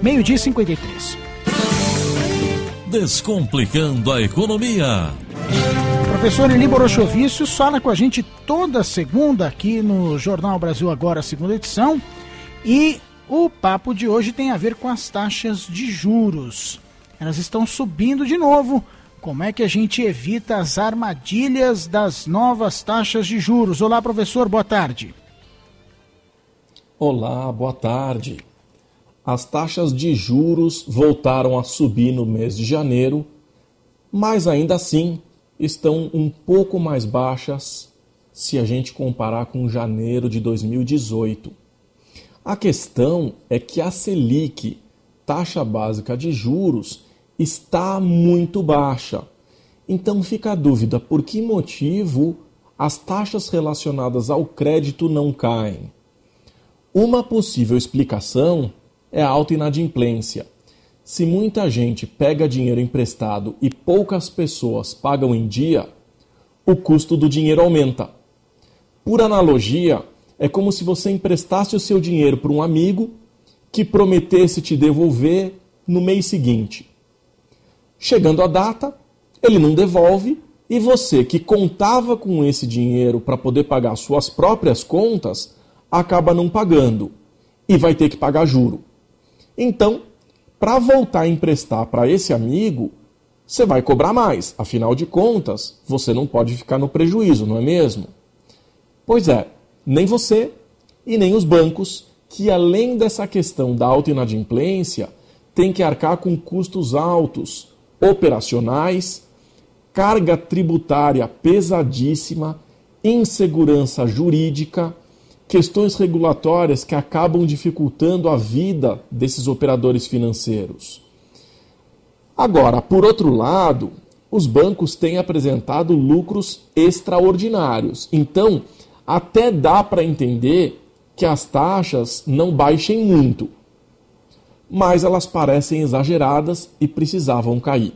12h53. Descomplicando a economia. Professor Elie Borochovicius fala com a gente toda segunda aqui no Jornal Brasil Agora, segunda edição. E o papo de hoje tem a ver com as taxas de juros. Elas estão subindo de novo. Como é que a gente evita as armadilhas das novas taxas de juros? Olá, professor, boa tarde. Olá, boa tarde. As taxas de juros voltaram a subir no mês de janeiro, mas ainda assim estão um pouco mais baixas se a gente comparar com janeiro de 2018. A questão é que a Selic, taxa básica de juros, está muito baixa. Então fica a dúvida, por que motivo as taxas relacionadas ao crédito não caem? Uma possível explicação é a alta inadimplência. Se muita gente pega dinheiro emprestado e poucas pessoas pagam em dia, o custo do dinheiro aumenta. Por analogia, é como se você emprestasse o seu dinheiro para um amigo que prometesse te devolver no mês seguinte. Chegando a data, ele não devolve e você, que contava com esse dinheiro para poder pagar suas próprias contas, acaba não pagando e vai ter que pagar juro. Então, para voltar a emprestar para esse amigo, você vai cobrar mais. Afinal de contas, você não pode ficar no prejuízo, não é mesmo? Pois é, nem você e nem os bancos, que além dessa questão da alta inadimplência, têm que arcar com custos altos, operacionais, carga tributária pesadíssima, insegurança jurídica, questões regulatórias que acabam dificultando a vida desses operadores financeiros. Agora, por outro lado, os bancos têm apresentado lucros extraordinários. Então, até dá para entender que as taxas não baixem muito, mas elas parecem exageradas e precisavam cair.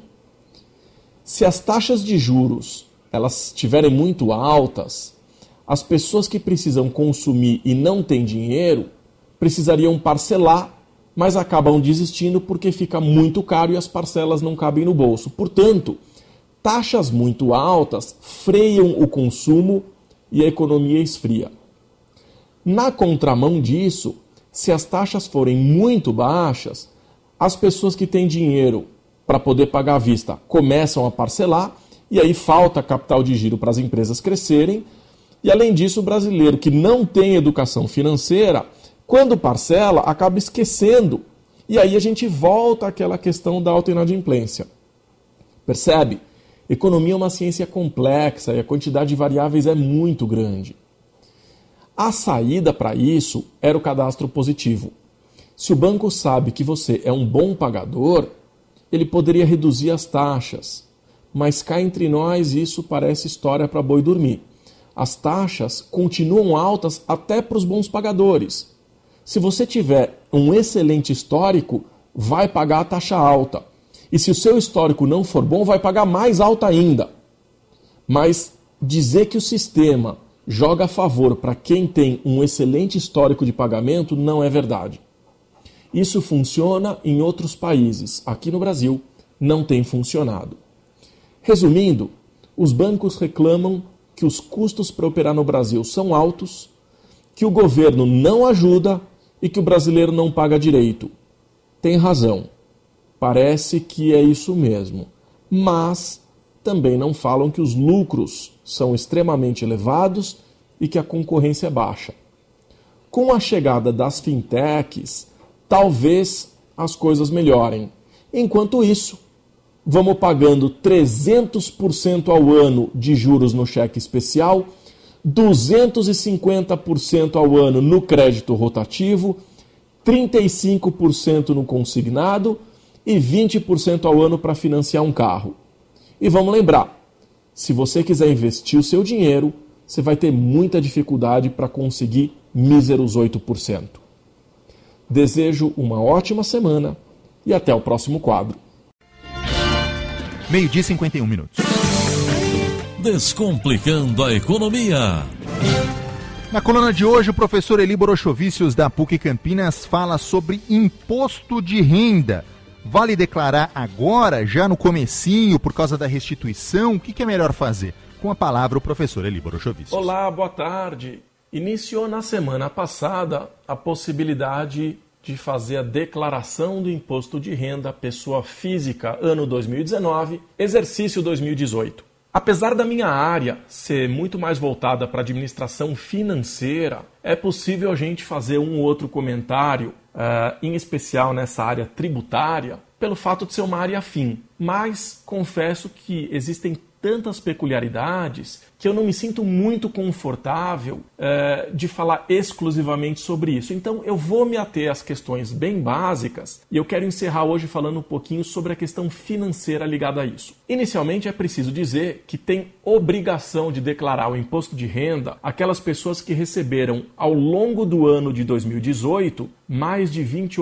Se as taxas de juros elas estiverem muito altas, as pessoas que precisam consumir e não têm dinheiro precisariam parcelar, mas acabam desistindo porque fica muito caro e as parcelas não cabem no bolso. Portanto, taxas muito altas freiam o consumo e a economia esfria. Na contramão disso, se as taxas forem muito baixas, as pessoas que têm dinheiro para poder pagar à vista começam a parcelar e aí falta capital de giro para as empresas crescerem. E além disso, o brasileiro que não tem educação financeira, quando parcela, acaba esquecendo. E aí a gente volta àquela questão da alta inadimplência. Percebe? Economia é uma ciência complexa e a quantidade de variáveis é muito grande. A saída para isso era o cadastro positivo. Se o banco sabe que você é um bom pagador, ele poderia reduzir as taxas. Mas cá entre nós, isso parece história para boi dormir. As taxas continuam altas até para os bons pagadores. Se você tiver um excelente histórico, vai pagar a taxa alta. E se o seu histórico não for bom, vai pagar mais alta ainda. Mas dizer que o sistema joga a favor para quem tem um excelente histórico de pagamento não é verdade. Isso funciona em outros países. Aqui no Brasil não tem funcionado. Resumindo, os bancos reclamam que os custos para operar no Brasil são altos, que o governo não ajuda e que o brasileiro não paga direito. Tem razão. Parece que é isso mesmo. Mas também não falam que os lucros são extremamente elevados e que a concorrência é baixa. Com a chegada das fintechs, talvez as coisas melhorem. Enquanto isso, vamos pagando 300% ao ano de juros no cheque especial, 250% ao ano no crédito rotativo, 35% no consignado e 20% ao ano para financiar um carro. E vamos lembrar, se você quiser investir o seu dinheiro, você vai ter muita dificuldade para conseguir míseros 8%. Desejo uma ótima semana e até o próximo quadro. 12h51. Descomplicando a economia. Na coluna de hoje, o professor Eli Borochovicius, da PUC Campinas, fala sobre imposto de renda. Vale declarar agora, já no comecinho, por causa da restituição? O que é melhor fazer? Com a palavra, o professor Eli Borochovicius. Olá, boa tarde. Iniciou na semana passada a possibilidade de fazer a declaração do imposto de renda pessoa física ano 2019, exercício 2018. Apesar da minha área ser muito mais voltada para a administração financeira, é possível a gente fazer um ou outro comentário, em especial nessa área tributária, pelo fato de ser uma área afim. Mas confesso que existem tantas peculiaridades que eu não me sinto muito confortável de falar exclusivamente sobre isso. Então eu vou me ater às questões bem básicas e eu quero encerrar hoje falando um pouquinho sobre a questão financeira ligada a isso. Inicialmente é preciso dizer que tem obrigação de declarar o imposto de renda aquelas pessoas que receberam ao longo do ano de 2018 mais de R$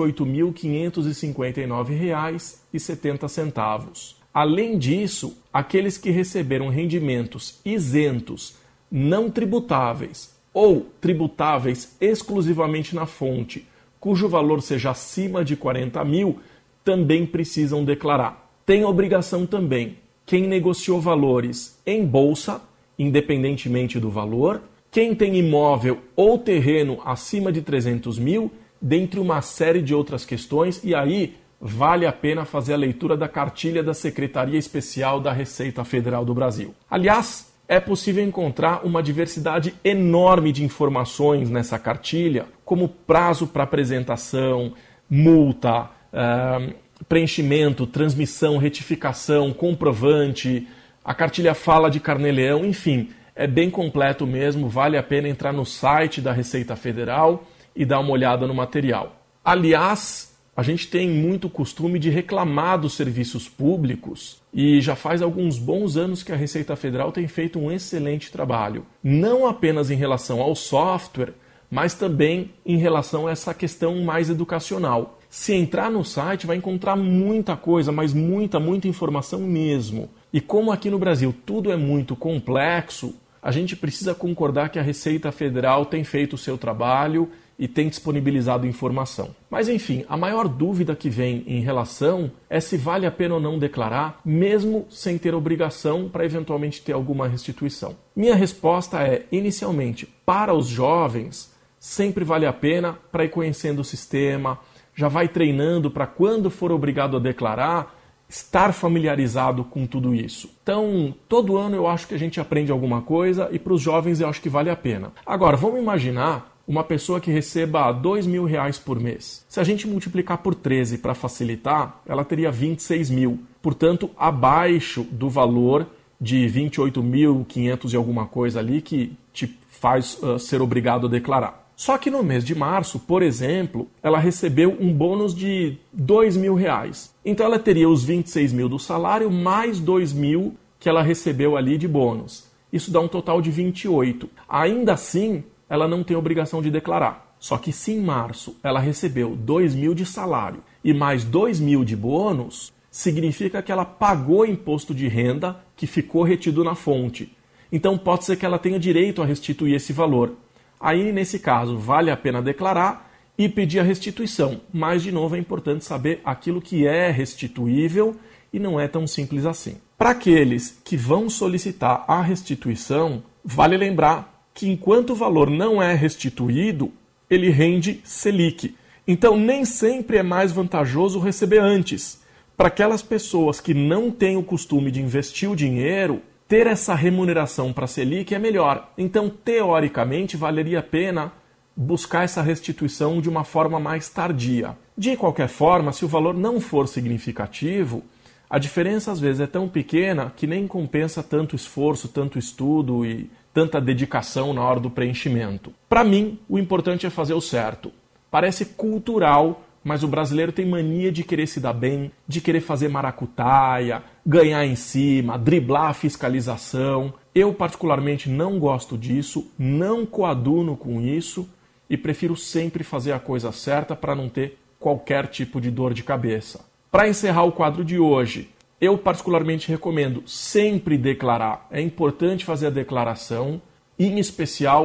28.559,70. Além disso, aqueles que receberam rendimentos isentos, não tributáveis ou tributáveis exclusivamente na fonte, cujo valor seja acima de 40 mil, também precisam declarar. Tem obrigação também quem negociou valores em bolsa, independentemente do valor, quem tem imóvel ou terreno acima de 300 mil, dentre uma série de outras questões, e aí vale a pena fazer a leitura da cartilha da Secretaria Especial da Receita Federal do Brasil. Aliás, é possível encontrar uma diversidade enorme de informações nessa cartilha, como prazo para apresentação, multa, preenchimento, transmissão, retificação, comprovante. A cartilha fala de carnê-leão, enfim, é bem completo mesmo, vale a pena entrar no site da Receita Federal e dar uma olhada no material. Aliás, a gente tem muito costume de reclamar dos serviços públicos e já faz alguns bons anos que a Receita Federal tem feito um excelente trabalho. Não apenas em relação ao software, mas também em relação a essa questão mais educacional. Se entrar no site vai encontrar muita coisa, mas muita informação mesmo. E como aqui no Brasil tudo é muito complexo, a gente precisa concordar que a Receita Federal tem feito o seu trabalho e tem disponibilizado informação. Mas enfim, a maior dúvida que vem em relação é se vale a pena ou não declarar, mesmo sem ter obrigação para eventualmente ter alguma restituição. Minha resposta é, inicialmente, para os jovens, sempre vale a pena para ir conhecendo o sistema, já vai treinando para quando for obrigado a declarar, estar familiarizado com tudo isso. Então, todo ano eu acho que a gente aprende alguma coisa e para os jovens eu acho que vale a pena. Agora, vamos imaginar uma pessoa que receba R$2.000 por mês. Se a gente multiplicar por 13 para facilitar, ela teria 26 mil. Portanto, abaixo do valor de 28.500 e alguma coisa ali que te faz ser obrigado a declarar. Só que no mês de março, por exemplo, ela recebeu um bônus de R$2.000. Então ela teria os 26 mil do salário mais 2 mil que ela recebeu ali de bônus. Isso dá um total de 28. Ainda assim, ela não tem obrigação de declarar. Só que se em março ela recebeu 2 mil de salário e mais 2 mil de bônus, significa que ela pagou imposto de renda que ficou retido na fonte. Então pode ser que ela tenha direito a restituir esse valor. Aí, nesse caso, vale a pena declarar e pedir a restituição. Mas, de novo, é importante saber aquilo que é restituível e não é tão simples assim. Para aqueles que vão solicitar a restituição, vale lembrar que enquanto o valor não é restituído, ele rende Selic. Então, nem sempre é mais vantajoso receber antes. Para aquelas pessoas que não têm o costume de investir o dinheiro, ter essa remuneração para a Selic é melhor. Então, teoricamente, valeria a pena buscar essa restituição de uma forma mais tardia. De qualquer forma, se o valor não for significativo, a diferença às vezes é tão pequena que nem compensa tanto esforço, tanto estudo e tanta dedicação na hora do preenchimento. Para mim, o importante é fazer o certo. Parece cultural, mas o brasileiro tem mania de querer se dar bem, de querer fazer maracutaia, ganhar em cima, driblar a fiscalização. Eu particularmente não gosto disso, não coaduno com isso e prefiro sempre fazer a coisa certa para não ter qualquer tipo de dor de cabeça. Para encerrar o quadro de hoje, eu particularmente recomendo sempre declarar. É importante fazer a declaração, em especial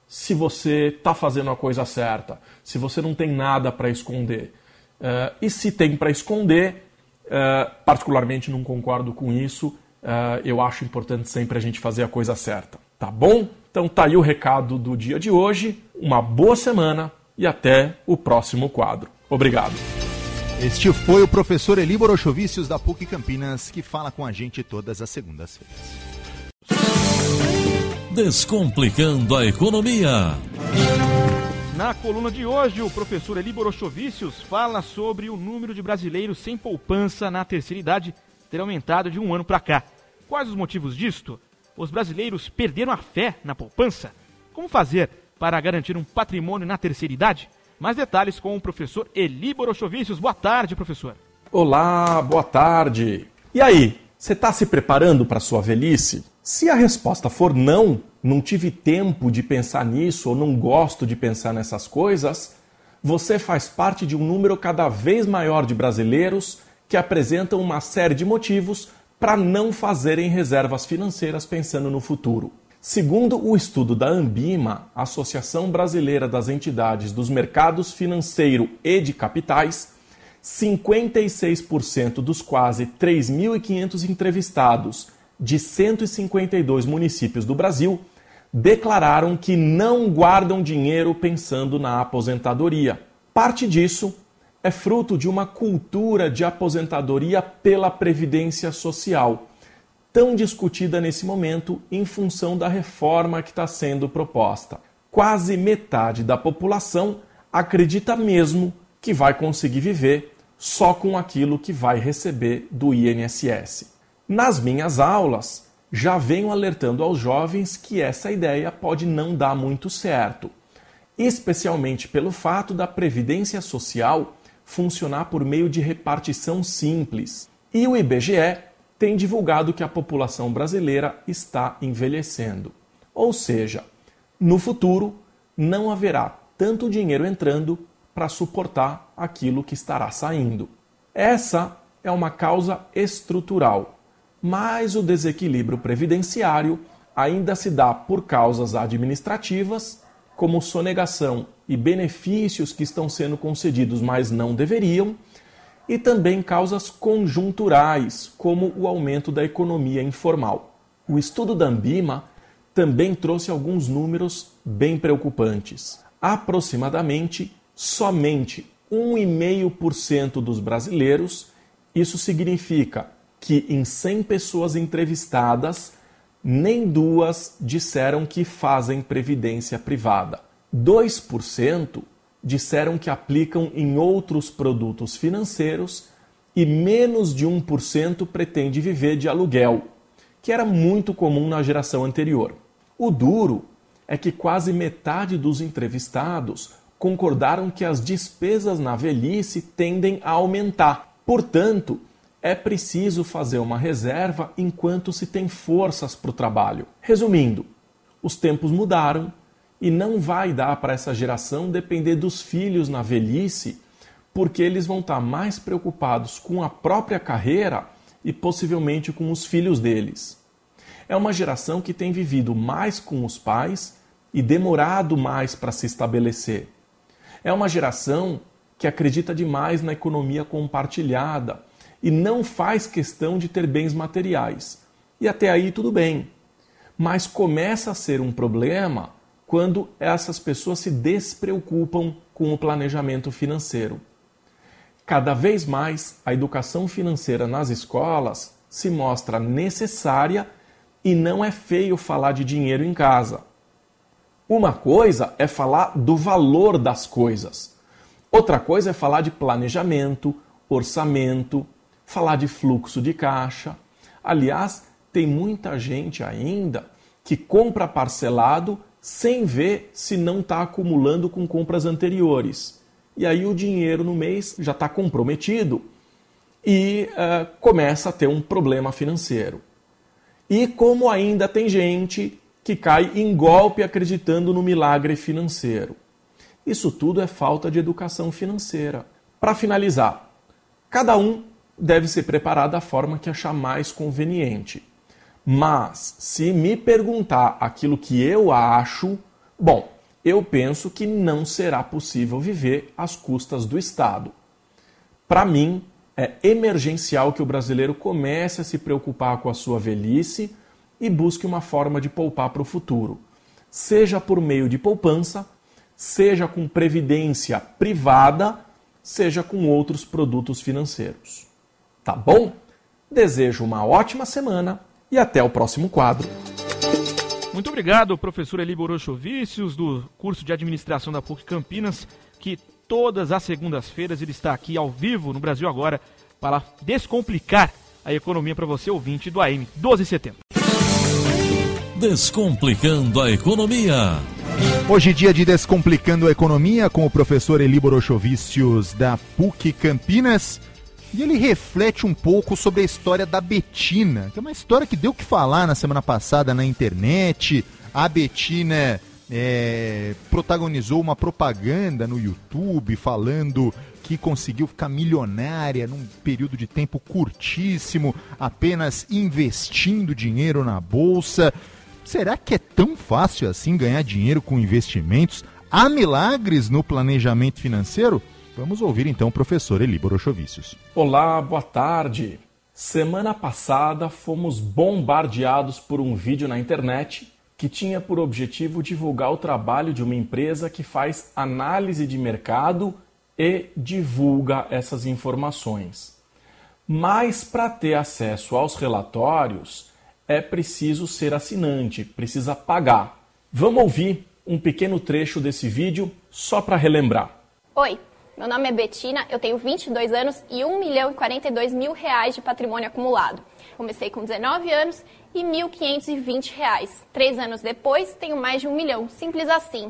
se você está fazendo a coisa certa, se você não tem nada para esconder. E se tem para esconder, particularmente não concordo com isso, eu acho importante sempre a gente fazer a coisa certa. Tá bom? Então tá aí o recado do dia de hoje, uma boa semana e até o próximo quadro. Obrigado. Este foi o professor Eli Borochovicius da PUC Campinas, que fala com a gente todas as segundas-feiras. Descomplicando a economia. Na coluna de hoje, o professor Eli Borochovicius fala sobre o número de brasileiros sem poupança na terceira idade ter aumentado de um ano para cá. Quais os motivos disto? Os brasileiros perderam a fé na poupança? Como fazer para garantir um patrimônio na terceira idade? Mais detalhes com o professor Eli Borochovicius. Boa tarde, professor. Olá, boa tarde. E aí, você está se preparando para a sua velhice? Se a resposta for não tive tempo de pensar nisso ou não gosto de pensar nessas coisas, você faz parte de um número cada vez maior de brasileiros que apresentam uma série de motivos para não fazerem reservas financeiras pensando no futuro. Segundo o estudo da Ambima, Associação Brasileira das Entidades dos Mercados Financeiro e de Capitais, 56% dos quase 3.500 entrevistados de 152 municípios do Brasil declararam que não guardam dinheiro pensando na aposentadoria. Parte disso é fruto de uma cultura de aposentadoria pela Previdência Social, tão discutida nesse momento em função da reforma que está sendo proposta. Quase metade da população acredita mesmo que vai conseguir viver só com aquilo que vai receber do INSS. Nas minhas aulas, já venho alertando aos jovens que essa ideia pode não dar muito certo, especialmente pelo fato da Previdência Social funcionar por meio de repartição simples. E o IBGE tem divulgado que a população brasileira está envelhecendo. Ou seja, no futuro não haverá tanto dinheiro entrando para suportar aquilo que estará saindo. Essa é uma causa estrutural. Mas o desequilíbrio previdenciário ainda se dá por causas administrativas, como sonegação e benefícios que estão sendo concedidos, mas não deveriam, e também causas conjunturais, como o aumento da economia informal. O estudo da Ambima também trouxe alguns números bem preocupantes. Aproximadamente, somente 1,5% dos brasileiros, isso significa que em 100 pessoas entrevistadas, nem 2 disseram que fazem previdência privada. 2% disseram que aplicam em outros produtos financeiros e menos de 1% pretende viver de aluguel, que era muito comum na geração anterior. O duro é que quase metade dos entrevistados concordaram que as despesas na velhice tendem a aumentar. Portanto, é preciso fazer uma reserva enquanto se tem forças para o trabalho. Resumindo, os tempos mudaram e não vai dar para essa geração depender dos filhos na velhice, porque eles vão estar mais preocupados com a própria carreira e possivelmente com os filhos deles. É uma geração que tem vivido mais com os pais e demorado mais para se estabelecer. É uma geração que acredita demais na economia compartilhada e não faz questão de ter bens materiais. E até aí tudo bem. Mas começa a ser um problema quando essas pessoas se despreocupam com o planejamento financeiro. Cada vez mais, a educação financeira nas escolas se mostra necessária e não é feio falar de dinheiro em casa. Uma coisa é falar do valor das coisas. Outra coisa é falar de planejamento, orçamento, falar de fluxo de caixa. Aliás, tem muita gente ainda que compra parcelado sem ver se não está acumulando com compras anteriores. E aí o dinheiro no mês já está comprometido e começa a ter um problema financeiro. E como ainda tem gente que cai em golpe acreditando no milagre financeiro. Isso tudo é falta de educação financeira. Para finalizar, cada um deve se preparar da forma que achar mais conveniente. Mas, se me perguntar aquilo que eu acho, bom, eu penso que não será possível viver às custas do Estado. Para mim, é emergencial que o brasileiro comece a se preocupar com a sua velhice e busque uma forma de poupar para o futuro, seja por meio de poupança, seja com previdência privada, seja com outros produtos financeiros. Tá bom? Desejo uma ótima semana e até o próximo quadro. Muito obrigado, professor Eli Borochovicius, do curso de administração da PUC Campinas, que todas as segundas-feiras ele está aqui ao vivo no Brasil Agora para descomplicar a economia para você, ouvinte do AM 1270. Descomplicando a economia. Hoje dia de Descomplicando a Economia com o professor Eli Borochovicius da PUC Campinas. E ele reflete um pouco sobre a história da Betina, que é uma história que deu o que falar na semana passada na internet. A Betina protagonizou uma propaganda no YouTube falando que conseguiu ficar milionária num período de tempo curtíssimo, apenas investindo dinheiro na bolsa. Será que é tão fácil assim ganhar dinheiro com investimentos? Há milagres no planejamento financeiro? Vamos ouvir então o professor Eli Borochovicius. Olá, boa tarde. Semana passada fomos bombardeados por um vídeo na internet que tinha por objetivo divulgar o trabalho de uma empresa que faz análise de mercado e divulga essas informações. Mas para ter acesso aos relatórios é preciso ser assinante, precisa pagar. Vamos ouvir um pequeno trecho desse vídeo só para relembrar. Oi, meu nome é Betina, eu tenho 22 anos e R$1.042.000 de patrimônio acumulado. Comecei com 19 anos e R$1.520. 3 anos depois, tenho mais de 1 milhão. Simples assim.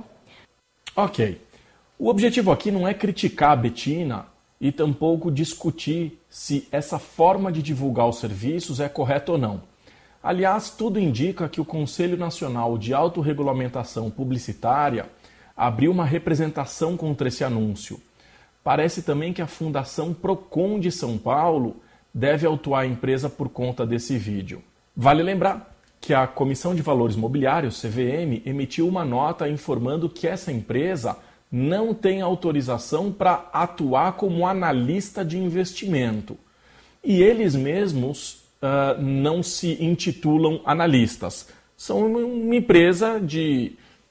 Ok. O objetivo aqui não é criticar a Betina e tampouco discutir se essa forma de divulgar os serviços é correta ou não. Aliás, tudo indica que o Conselho Nacional de Autorregulamentação Publicitária abriu uma representação contra esse anúncio. Parece também que a Fundação Procon de São Paulo deve autuar a empresa por conta desse vídeo. Vale lembrar que a Comissão de Valores Mobiliários, CVM, emitiu uma nota informando que essa empresa não tem autorização para atuar como analista de investimento. E eles mesmos não se intitulam analistas. São uma empresa de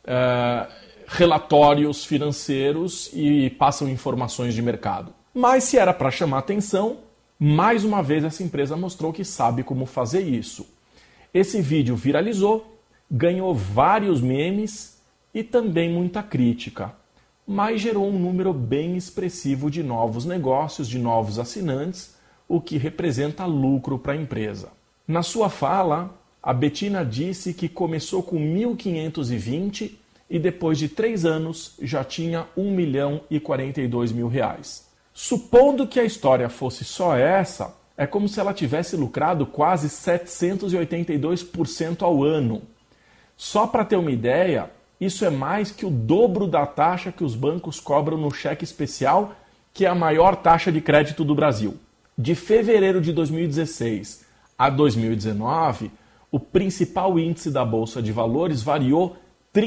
relatórios financeiros e passam informações de mercado. Mas se era para chamar atenção, mais uma vez essa empresa mostrou que sabe como fazer isso. Esse vídeo viralizou, ganhou vários memes e também muita crítica, mas gerou um número bem expressivo de novos negócios, de novos assinantes, o que representa lucro para a empresa. Na sua fala, a Betina disse que começou com 1.520 e depois de 3 anos já tinha R$1.042.000. Supondo que a história fosse só essa, é como se ela tivesse lucrado quase 782% ao ano. Só para ter uma ideia, isso é mais que o dobro da taxa que os bancos cobram no cheque especial, que é a maior taxa de crédito do Brasil. De fevereiro de 2016 a 2019, o principal índice da Bolsa de Valores variou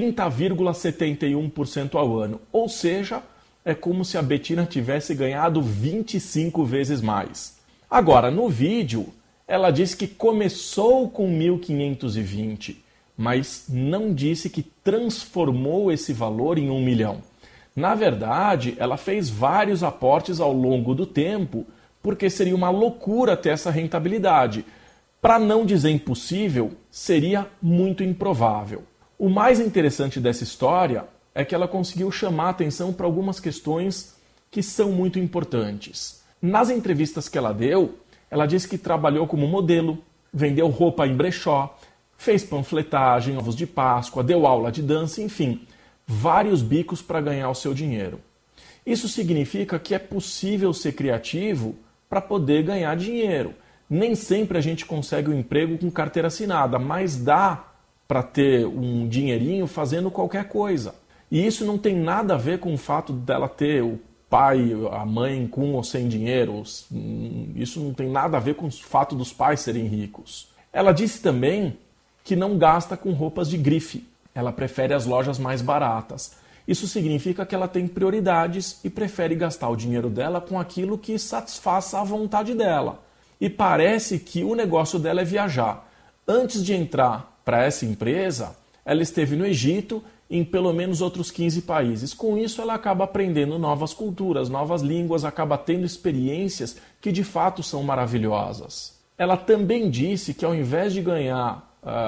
30,71% ao ano. Ou seja, é como se a Betina tivesse ganhado 25 vezes mais. Agora, no vídeo, ela disse que começou com 1.520, mas não disse que transformou esse valor em 1 milhão. Na verdade, ela fez vários aportes ao longo do tempo, porque seria uma loucura ter essa rentabilidade. Para não dizer impossível, seria muito improvável. O mais interessante dessa história é que ela conseguiu chamar a atenção para algumas questões que são muito importantes. Nas entrevistas que ela deu, ela disse que trabalhou como modelo, vendeu roupa em brechó, fez panfletagem, ovos de Páscoa, deu aula de dança, enfim, vários bicos para ganhar o seu dinheiro. Isso significa que é possível ser criativo para poder ganhar dinheiro. Nem sempre a gente consegue um emprego com carteira assinada, mas dá para ter um dinheirinho fazendo qualquer coisa. E isso não tem nada a ver com o fato dela ter o pai, a mãe com ou sem dinheiro. Isso não tem nada a ver com o fato dos pais serem ricos. Ela disse também que não gasta com roupas de grife. Ela prefere as lojas mais baratas. Isso significa que ela tem prioridades e prefere gastar o dinheiro dela com aquilo que satisfaça a vontade dela. E parece que o negócio dela é viajar. Antes de entrar para essa empresa, ela esteve no Egito e em pelo menos outros 15 países. Com isso, ela acaba aprendendo novas culturas, novas línguas, acaba tendo experiências que de fato são maravilhosas. Ela também disse que ao invés de ganhar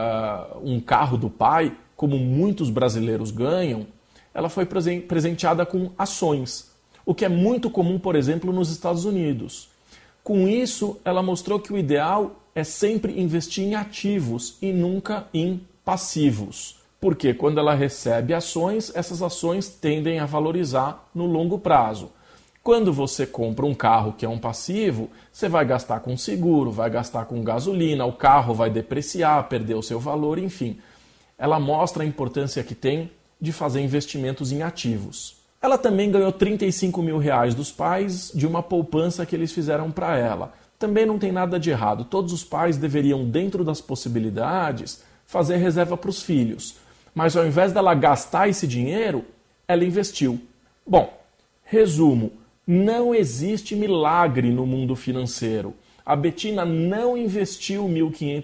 um carro do pai, como muitos brasileiros ganham, ela foi presenteada com ações, o que é muito comum, por exemplo, nos Estados Unidos. Com isso, ela mostrou que o ideal é sempre investir em ativos e nunca em passivos. Porque quando ela recebe ações, essas ações tendem a valorizar no longo prazo. Quando você compra um carro que é um passivo, você vai gastar com seguro, vai gastar com gasolina, o carro vai depreciar, perder o seu valor, enfim. Ela mostra a importância que tem de fazer investimentos em ativos. Ela também ganhou 35 mil reais dos pais de uma poupança que eles fizeram para ela. Também não tem nada de errado. Todos os pais deveriam, dentro das possibilidades, fazer reserva para os filhos. Mas ao invés dela gastar esse dinheiro, ela investiu. Bom, resumo, não existe milagre no mundo financeiro. A Betina não investiu R$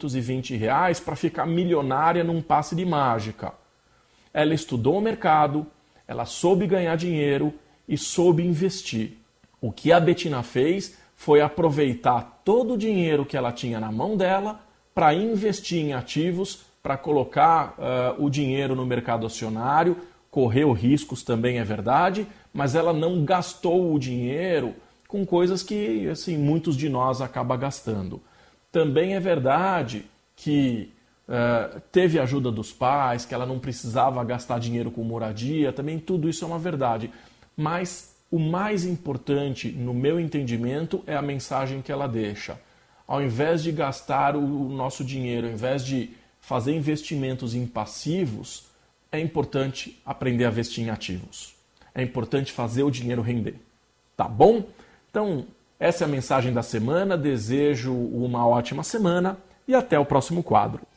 1.520 para ficar milionária num passe de mágica. Ela estudou o mercado, ela soube ganhar dinheiro e soube investir. O que a Betina fez foi aproveitar todo o dinheiro que ela tinha na mão dela para investir em ativos, para colocar o dinheiro no mercado acionário, correu riscos também é verdade, mas ela não gastou o dinheiro com coisas que assim, muitos de nós acabam gastando. Também é verdade que teve ajuda dos pais, que ela não precisava gastar dinheiro com moradia, também tudo isso é uma verdade. Mas o mais importante, no meu entendimento, é a mensagem que ela deixa. Ao invés de gastar o nosso dinheiro, ao invés de fazer investimentos em passivos, é importante aprender a investir em ativos. É importante fazer o dinheiro render. Tá bom? Então, essa é a mensagem da semana. Desejo uma ótima semana e até o próximo quadro.